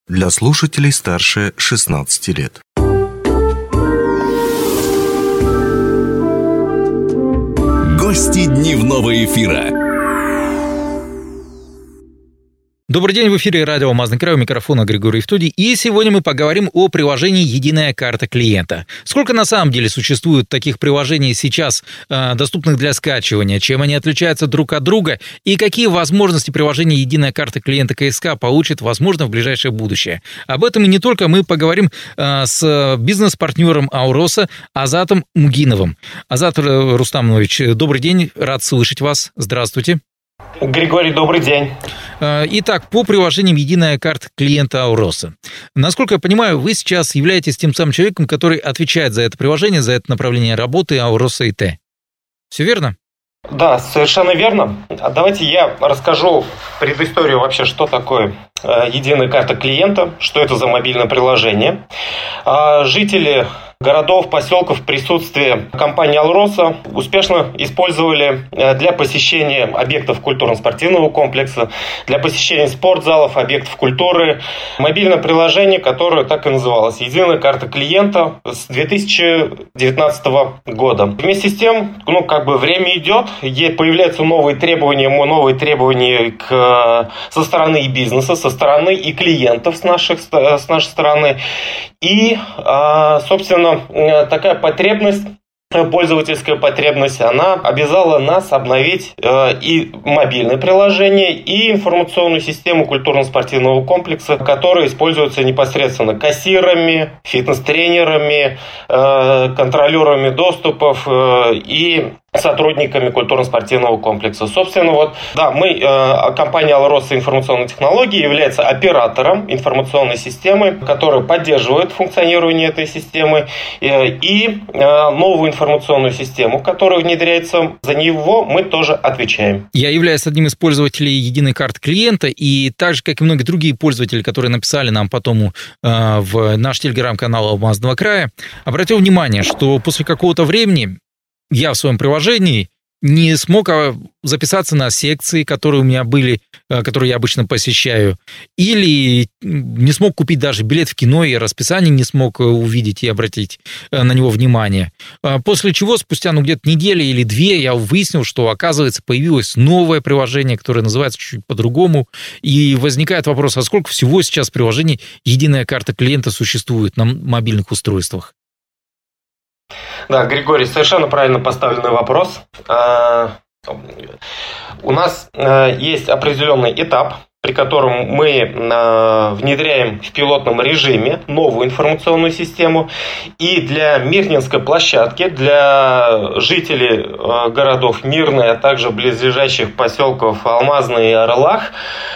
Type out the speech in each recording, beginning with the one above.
Для слушателей старше 16 лет. Гости дневного эфира. Добрый день, в эфире радио «Алмазный край», у микрофона Григорий Евтодий. И сегодня мы поговорим о приложении «Единая карта клиента». Сколько на самом деле существует таких приложений сейчас, доступных для скачивания, чем они отличаются друг от друга и какие возможности приложения «Единая карта клиента» КСК получит, возможно, в ближайшее будущее. Об этом и не только мы поговорим с бизнес-партнером Ауроса Азатом Мугиновым. Азат Рустамович, добрый день, рад слышать вас. Здравствуйте. Григорий, добрый день. Итак, по приложениям «Единая карта клиента» Ауроса. Насколько я понимаю, вы сейчас являетесь тем самым человеком, который отвечает за это приложение, за это направление работы Ауроса ИТ. Все верно? Да, совершенно верно. Давайте я расскажу предысторию вообще, что такое «Единая карта клиента», что это за мобильное приложение. Жители городов, поселков в присутствии компании «Ауроса» успешно использовали для посещения объектов культурно-спортивного комплекса, для посещения спортзалов, объектов культуры мобильное приложение, которое так и называлось «Единая карта клиента» с 2019 года. Вместе с тем, время идет, появляются новые требования со стороны и бизнеса, со стороны и клиентов с нашей стороны. И, собственно, такая потребность, пользовательская потребность, она обязала нас обновить и мобильное приложение, и информационную систему культурно-спортивного комплекса, которая используется непосредственно кассирами, фитнес-тренерами, контролерами доступов и сотрудниками культурно-спортивного комплекса. Собственно, компания «Ауроса информационные технологии» является оператором информационной системы, которая поддерживает функционирование этой системы, и новую информационную систему, которая внедряется, за него мы тоже отвечаем. Я являюсь одним из пользователей «Единой карты клиента», и так же, как и многие другие пользователи, которые написали нам потом в наш телеграм-канал «Алмазного края», обратил внимание, что после какого-то времени я в своем приложении не смог записаться на секции, которые у меня были, которые я обычно посещаю, или не смог купить даже билет в кино, и расписание не смог увидеть и обратить на него внимание. После чего, спустя где-то недели или две, я выяснил, что, оказывается, появилось новое приложение, которое называется чуть-чуть по-другому, и возникает вопрос, а сколько всего сейчас приложений «Единая карта клиента» существует на мобильных устройствах? Да, Григорий, совершенно правильно поставленный вопрос. У нас есть определенный этап, при котором мы внедряем в пилотном режиме новую информационную систему. И для Мирнинской площадки, для жителей городов Мирный, а также близлежащих поселков Алмазный и Орлах,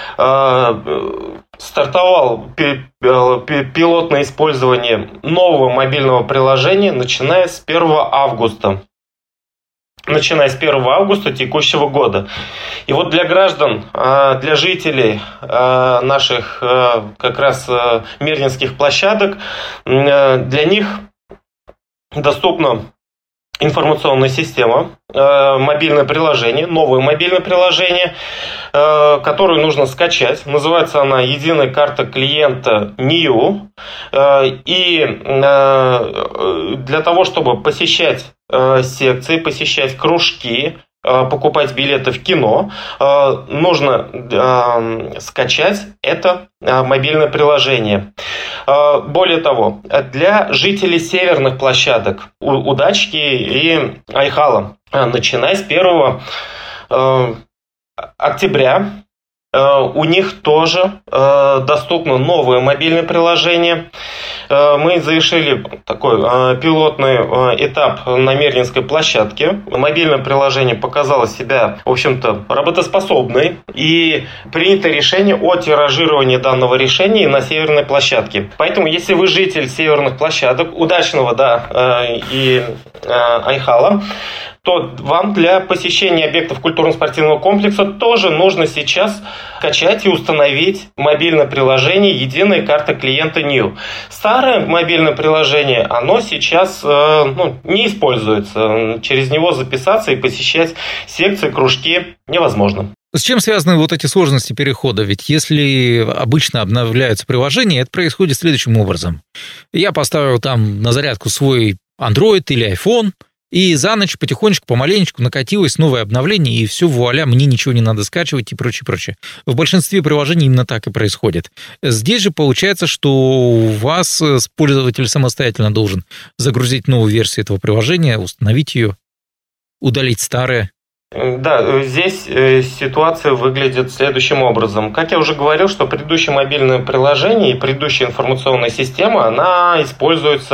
стартовал пилотное использование нового мобильного приложения, начиная с 1 августа. Начиная с 1 августа текущего года. И вот для граждан, для жителей наших как раз мирнинских площадок, для них доступна информационная система, мобильное приложение, новое мобильное приложение, которое нужно скачать. Называется она «Единая карта клиента НИУ». И для того, чтобы посещать секции, посещать кружки, покупать билеты в кино, нужно скачать это мобильное приложение. Более того, для жителей северных площадок Удачки и Айхала, начиная с 1 октября, у них тоже доступно новое мобильное приложение. Мы завершили такой пилотный этап на Мирнинской площадке. Мобильное приложение показало себя, в общем-то, работоспособной, и принято решение о тиражировании данного решения на северной площадке. Поэтому, если вы житель северных площадок, Удачного, и Айхала, то вам для посещения объектов культурно-спортивного комплекса тоже нужно сейчас скачать и установить мобильное приложение «Единая карта клиента НИУ». Старое мобильное приложение, оно сейчас не используется. Через него записаться и посещать секции, кружки невозможно. С чем связаны вот эти сложности перехода? Ведь если обычно обновляются приложения, это происходит следующим образом. Я поставил там на зарядку свой Android или iPhone, и за ночь потихонечку, помаленечку накатилось новое обновление, и все, вуаля, мне ничего не надо скачивать и прочее, прочее. В большинстве приложений именно так и происходит. Здесь же получается, что у вас пользователь самостоятельно должен загрузить новую версию этого приложения, установить ее, удалить старое. Да, здесь ситуация выглядит следующим образом. Как я уже говорил, что предыдущее мобильное приложение и предыдущая информационная система, она используется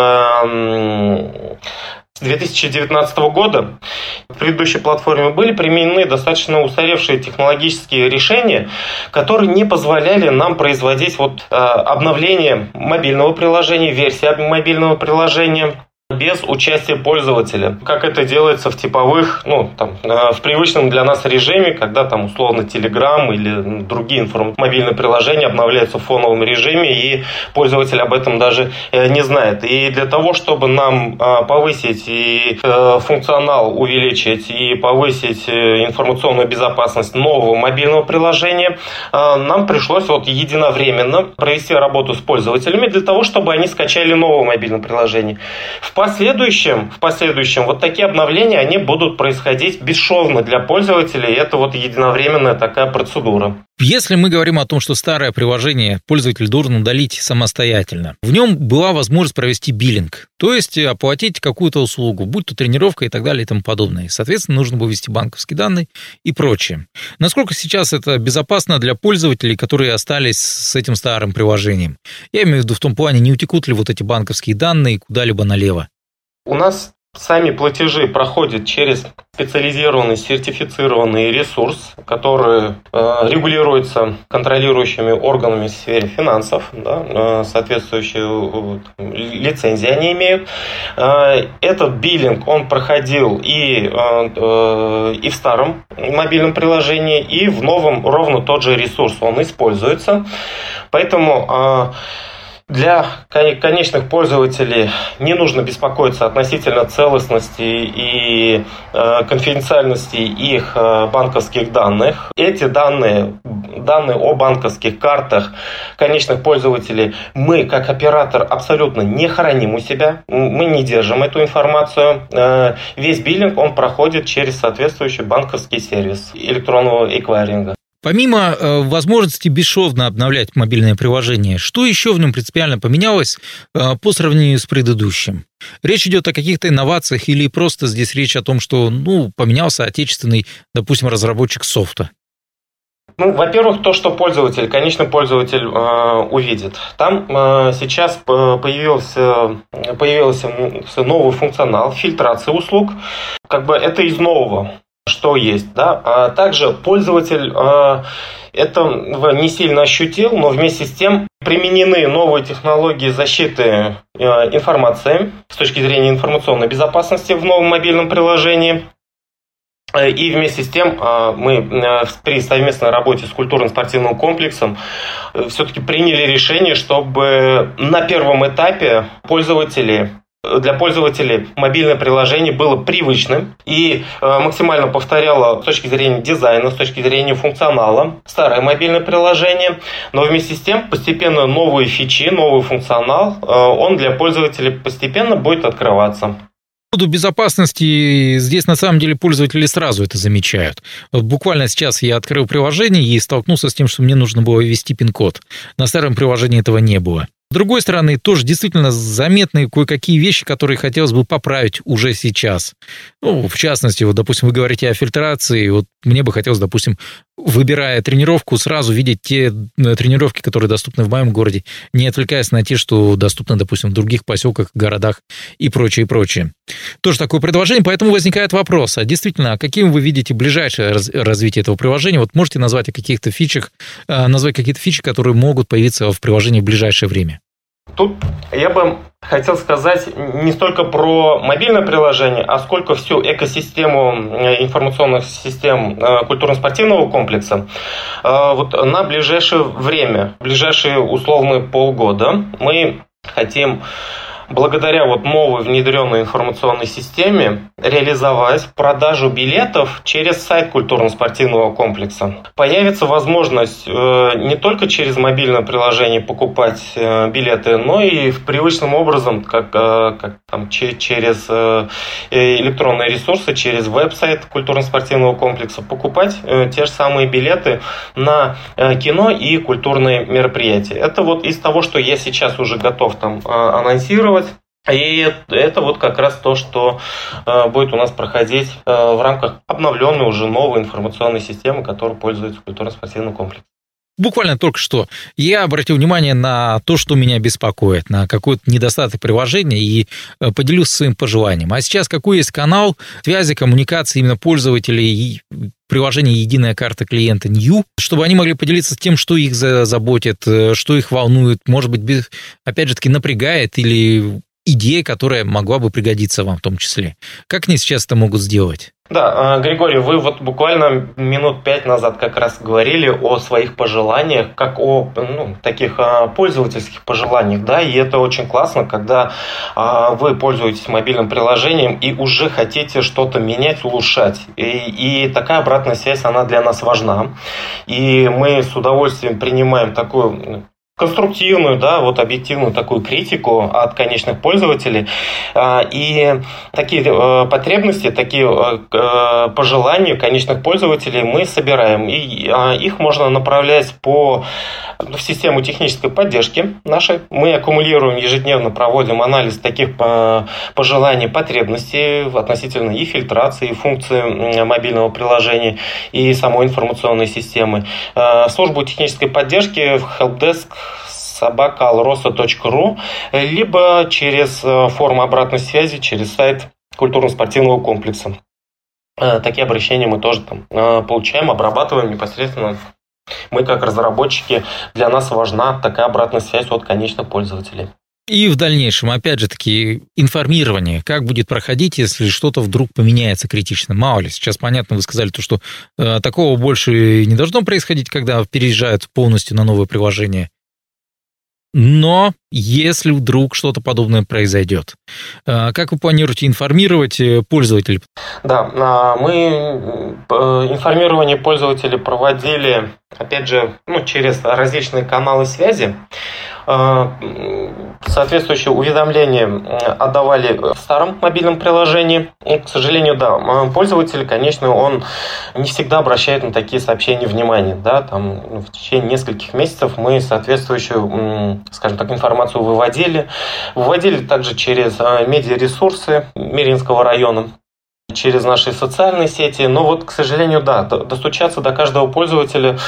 с 2019 года. В предыдущей платформе были применены достаточно устаревшие технологические решения, которые не позволяли нам производить обновление мобильного приложения, версии мобильного приложения без участия пользователя, как это делается в типовых, в привычном для нас режиме, когда там условно Telegram или другие мобильные приложения обновляются в фоновом режиме, и пользователь об этом даже не знает. И для того, чтобы нам повысить и функционал увеличить, и повысить информационную безопасность нового мобильного приложения, нам пришлось единовременно провести работу с пользователями для того, чтобы они скачали новое мобильное приложение. В последующем такие обновления, они будут происходить бесшовно для пользователей, и это единовременная такая процедура. Если мы говорим о том, что старое приложение пользователь должен удалить самостоятельно, в нем была возможность провести биллинг, то есть оплатить какую-то услугу, будь то тренировка и так далее и тому подобное. И, соответственно, нужно было ввести банковские данные и прочее. Насколько сейчас это безопасно для пользователей, которые остались с этим старым приложением? Я имею в виду в том плане, не утекут ли эти банковские данные куда-либо налево? У нас сами платежи проходят через специализированный сертифицированный ресурс, который регулируется контролирующими органами в сфере финансов, соответствующие лицензии они имеют. Этот биллинг, он проходил и в старом мобильном приложении, и в новом ровно тот же ресурс, он используется. Поэтому для конечных пользователей не нужно беспокоиться относительно целостности и конфиденциальности их банковских данных. Эти данные о банковских картах конечных пользователей мы, как оператор, абсолютно не храним у себя. Мы не держим эту информацию. Весь биллинг, он проходит через соответствующий банковский сервис электронного эквайринга. Помимо возможности бесшовно обновлять мобильное приложение, что еще в нем принципиально поменялось по сравнению с предыдущим? Речь идет о каких-то инновациях или просто здесь речь о том, что поменялся отечественный, допустим, разработчик софта? Во-первых, то, что конечный пользователь увидит. Там сейчас появился новый функционал фильтрации услуг. Это из нового, что есть, А также пользователь этого не сильно ощутил, но вместе с тем применены новые технологии защиты информации с точки зрения информационной безопасности в новом мобильном приложении. И вместе с тем мы при совместной работе с культурно-спортивным комплексом все-таки приняли решение, чтобы на первом этапе для пользователей мобильное приложение было привычным и максимально повторяло с точки зрения дизайна, с точки зрения функционала старое мобильное приложение, но вместе с тем постепенно новые фичи, новый функционал, он для пользователей постепенно будет открываться. По поводу безопасности здесь на самом деле пользователи сразу это замечают. Буквально сейчас я открыл приложение и столкнулся с тем, что мне нужно было ввести пин-код. На старом приложении этого не было. С другой стороны, тоже действительно заметны кое-какие вещи, которые хотелось бы поправить уже сейчас. В частности, допустим, вы говорите о фильтрации. Мне бы хотелось, допустим, выбирая тренировку, сразу видеть те тренировки, которые доступны в моем городе, не отвлекаясь на те, что доступны, допустим, в других поселках, городах и прочее, и прочее. Тоже такое предложение, поэтому возникает вопрос, а действительно, каким вы видите ближайшее развитие этого приложения? Можете назвать какие-то фичи, которые могут появиться в приложении в ближайшее время? Тут я бы хотел сказать не столько про мобильное приложение, а сколько всю экосистему информационных систем культурно-спортивного комплекса. На ближайшее время, ближайшие условные полгода мы хотим благодаря вот новой внедренной информационной системе реализовать продажу билетов через сайт культурно-спортивного комплекса. Появится возможность не только через мобильное приложение покупать билеты, но и привычным образом, как там, через электронные ресурсы, через веб-сайт культурно-спортивного комплекса покупать те же самые билеты на кино и культурные мероприятия. Это вот из того, что я сейчас уже готов там анонсировать. И это вот как раз то, что будет у нас проходить в рамках обновленной уже новой информационной системы, которой пользуется культурно-спортивный комплекс. Буквально только что я обратил внимание на то, что меня беспокоит, на какой-то недостаток приложения, и поделюсь своим пожеланием. А сейчас какой есть канал связи, коммуникации именно пользователей приложения «Единая карта клиента» New, чтобы они могли поделиться тем, что их заботит, что их волнует, может быть, опять же таки напрягает, или идея, которая могла бы пригодиться вам в том числе. Как они сейчас это могут сделать? Да, Григорий, вы вот буквально минут 5 назад как раз говорили о своих пожеланиях, как о таких пользовательских пожеланиях, да, и это очень классно, когда вы пользуетесь мобильным приложением и уже хотите что-то менять, улучшать, и такая обратная связь, она для нас важна, и мы с удовольствием принимаем такую конструктивную, да, вот объективную такую критику от конечных пользователей. И такие потребности, такие пожелания конечных пользователей мы собираем. И их можно направлять в систему технической поддержки нашей. Мы аккумулируем, ежедневно проводим анализ таких пожеланий, потребностей относительно и фильтрации, и функции мобильного приложения, и самой информационной системы. Службу технической поддержки в helpdesk @alrosa.ru, либо через форму обратной связи, через сайт культурно-спортивного комплекса. Такие обращения мы тоже там получаем, обрабатываем непосредственно. Мы, как разработчики, для нас важна такая обратная связь от конечных пользователей. И в дальнейшем, опять же таки, информирование, как будет проходить, если что-то вдруг поменяется критично. Мало ли, сейчас понятно, вы сказали, что такого больше не должно происходить, когда переезжают полностью на новое приложение. Но если вдруг что-то подобное произойдет, как вы планируете информировать пользователей? Да, мы информирование пользователей проводили, опять же, через различные каналы связи. Соответствующие уведомления отдавали в старом мобильном приложении. И, к сожалению, да, пользователь, конечно, он не всегда обращает на такие сообщения внимание. Да, там, в течение нескольких месяцев мы соответствующую, скажем так, информацию выводили. Выводили также через медиаресурсы Миринского района, через наши социальные сети. Но вот, к сожалению, да, достучаться до каждого пользователя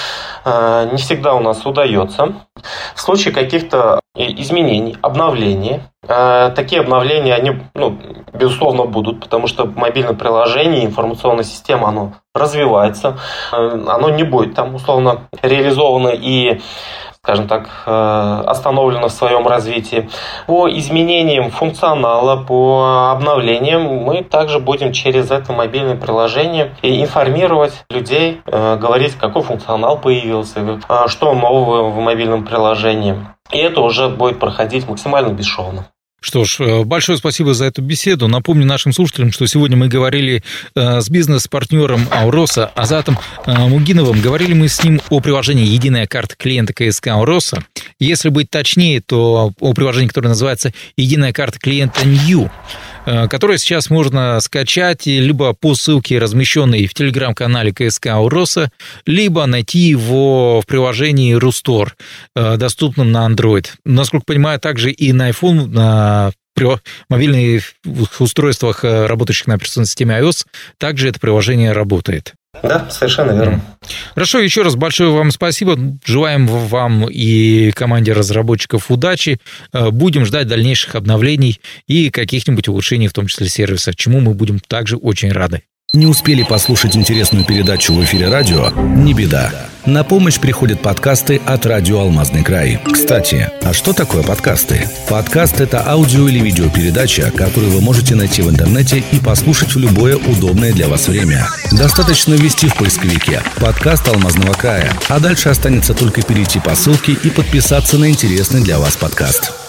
не всегда у нас удается. В случае каких-то изменений, обновлений, такие обновления, они, безусловно, будут, потому что мобильное приложение, информационная система, оно развивается, оно не будет там, условно, реализовано и, скажем так, остановлено в своем развитии. По изменениям функционала, по обновлениям мы также будем через это мобильное приложение информировать людей, говорить, какой функционал появился, что нового в мобильном приложении. И это уже будет проходить максимально бесшовно. Что ж, большое спасибо за эту беседу. Напомню нашим слушателям, что сегодня мы говорили с бизнес-партнером Алроса Азатом Мугиновым. Говорили мы с ним о приложении «Единая карта клиента КСК Алроса». Если быть точнее, то о приложении, которое называется «Единая карта клиента New», которое сейчас можно скачать либо по ссылке, размещенной в телеграм-канале КСК Алроса, либо найти его в приложении Рустор, доступном на Android. Насколько понимаю, также и на iPhone, на мобильных устройствах, работающих на операционной системе iOS, также это приложение работает. Да, совершенно верно. Хорошо, еще раз большое вам спасибо. Желаем вам и команде разработчиков удачи. Будем ждать дальнейших обновлений и каких-нибудь улучшений, в том числе сервиса, чему мы будем также очень рады. Не успели послушать интересную передачу в эфире радио? Не беда. На помощь приходят подкасты от радио «Алмазный край». Кстати, а что такое подкасты? Подкаст – это аудио- или видеопередача, которую вы можете найти в интернете и послушать в любое удобное для вас время. Достаточно ввести в поисковике «Подкаст Алмазного края», а дальше останется только перейти по ссылке и подписаться на интересный для вас подкаст.